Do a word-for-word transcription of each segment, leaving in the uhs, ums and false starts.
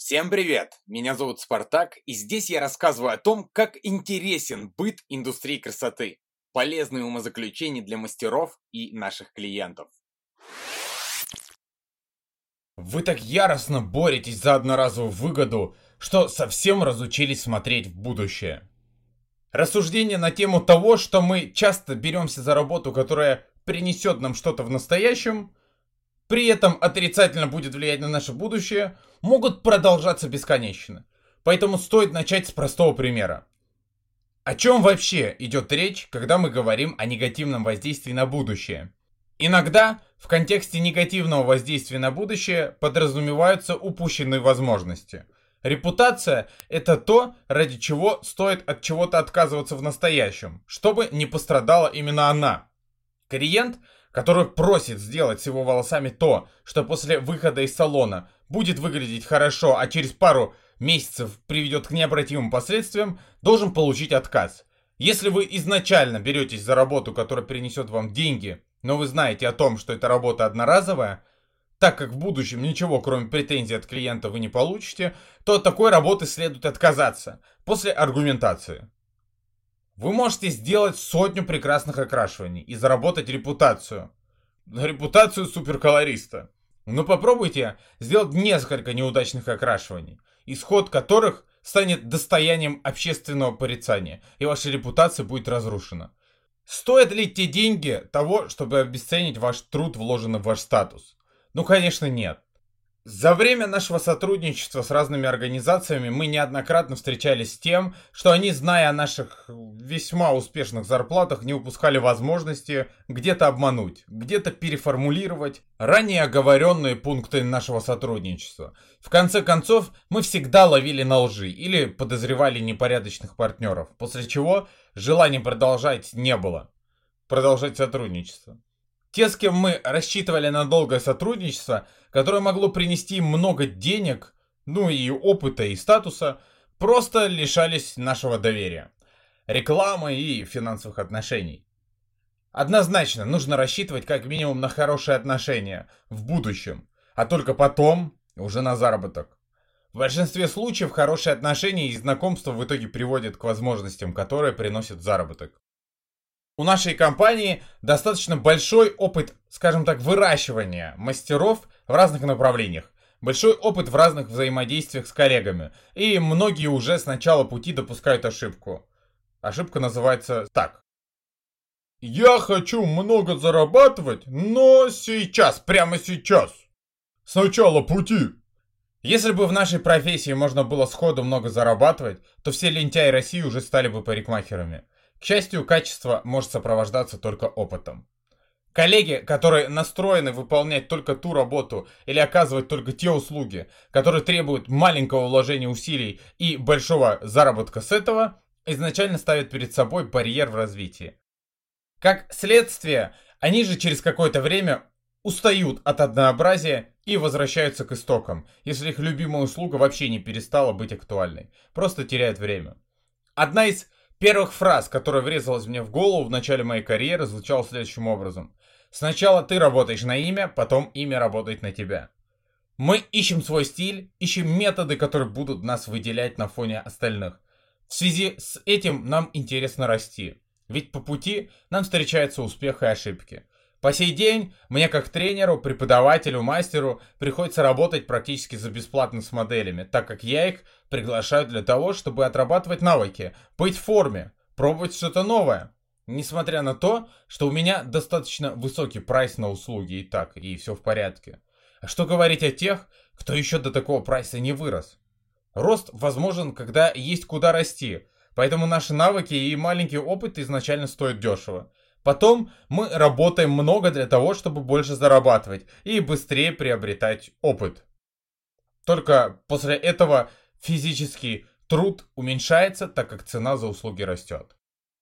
Всем привет! Меня зовут Спартак, и здесь я рассказываю о том, как интересен быт индустрии красоты, полезные умозаключения для мастеров и наших клиентов. Вы так яростно боретесь за одноразовую выгоду, что совсем разучились смотреть в будущее. Рассуждение на тему того, что мы часто беремся за работу, которая принесет нам что-то в настоящем, при этом отрицательно будет влиять на наше будущее, могут продолжаться бесконечно. Поэтому стоит начать с простого примера. О чем вообще идет речь, когда мы говорим о негативном воздействии на будущее? Иногда в контексте негативного воздействия на будущее подразумеваются упущенные возможности. Репутация – это то, ради чего стоит от чего-то отказываться в настоящем, чтобы не пострадала именно она. Клиент, который просит сделать с его волосами то, что после выхода из салона будет выглядеть хорошо, а через пару месяцев приведет к необратимым последствиям, должен получить отказ. Если вы изначально беретесь за работу, которая принесет вам деньги, но вы знаете о том, что эта работа одноразовая, так как в будущем ничего кроме претензий от клиента вы не получите, то от такой работы следует отказаться после аргументации. Вы можете сделать сотню прекрасных окрашиваний и заработать репутацию. Репутацию суперколориста. Но попробуйте сделать несколько неудачных окрашиваний, исход которых станет достоянием общественного порицания, и ваша репутация будет разрушена. Стоят ли те деньги того, чтобы обесценить ваш труд, вложенный в ваш статус? Ну, конечно, нет. За время нашего сотрудничества с разными организациями мы неоднократно встречались с тем, что они, зная о наших весьма успешных зарплатах, не упускали возможности где-то обмануть, где-то переформулировать ранее оговоренные пункты нашего сотрудничества. В конце концов, мы всегда ловили на лжи или подозревали непорядочных партнеров, после чего желания продолжать не было, продолжать сотрудничество. Те, с кем мы рассчитывали на долгое сотрудничество, которое могло принести им много денег, ну и опыта, и статуса, просто лишались нашего доверия, рекламы и финансовых отношений. Однозначно нужно рассчитывать как минимум на хорошие отношения в будущем, а только потом уже на заработок. В большинстве случаев хорошие отношения и знакомства в итоге приводят к возможностям, которые приносят заработок. У нашей компании достаточно большой опыт, скажем так, выращивания мастеров в разных направлениях. Большой опыт в разных взаимодействиях с коллегами. И многие уже с начала пути допускают ошибку. Ошибка называется так. Я хочу много зарабатывать, но сейчас, прямо сейчас. С начала пути. Если бы в нашей профессии можно было сходу много зарабатывать, то все лентяи России уже стали бы парикмахерами. К счастью, качество может сопровождаться только опытом. Коллеги, которые настроены выполнять только ту работу или оказывать только те услуги, которые требуют маленького вложения усилий и большого заработка с этого, изначально ставят перед собой барьер в развитии. Как следствие, они же через какое-то время устают от однообразия и возвращаются к истокам, если их любимая услуга вообще не перестала быть актуальной, просто теряют время. Одна из первых фраз, которая врезалась мне в голову в начале моей карьеры, звучала следующим образом. Сначала ты работаешь на имя, потом имя работает на тебя. Мы ищем свой стиль, ищем методы, которые будут нас выделять на фоне остальных. В связи с этим нам интересно расти. Ведь по пути нам встречаются успех и ошибки. По сей день мне как тренеру, преподавателю, мастеру приходится работать практически за бесплатно с моделями, так как я их приглашаю для того, чтобы отрабатывать навыки, быть в форме, пробовать что-то новое. Несмотря на то, что у меня достаточно высокий прайс на услуги и так, и все в порядке. А что говорить о тех, кто еще до такого прайса не вырос? Рост возможен, когда есть куда расти, поэтому наши навыки и маленький опыт изначально стоят дешево. Потом мы работаем много для того, чтобы больше зарабатывать и быстрее приобретать опыт. Только после этого физический труд уменьшается, так как цена за услуги растет.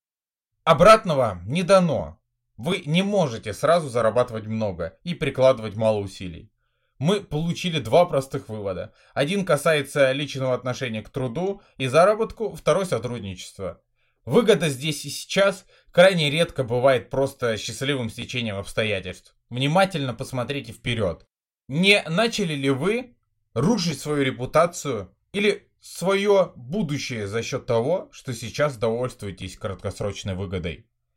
Обратного не дано. Вы не можете сразу зарабатывать много и прикладывать мало усилий. Мы получили два простых вывода. Один касается личного отношения к труду и заработку, второй сотрудничество. Выгода здесь и сейчас крайне редко бывает просто счастливым стечением обстоятельств. Внимательно посмотрите вперед. Не начали ли вы рушить свою репутацию или свое будущее за счет того, что сейчас довольствуетесь краткосрочной выгодой.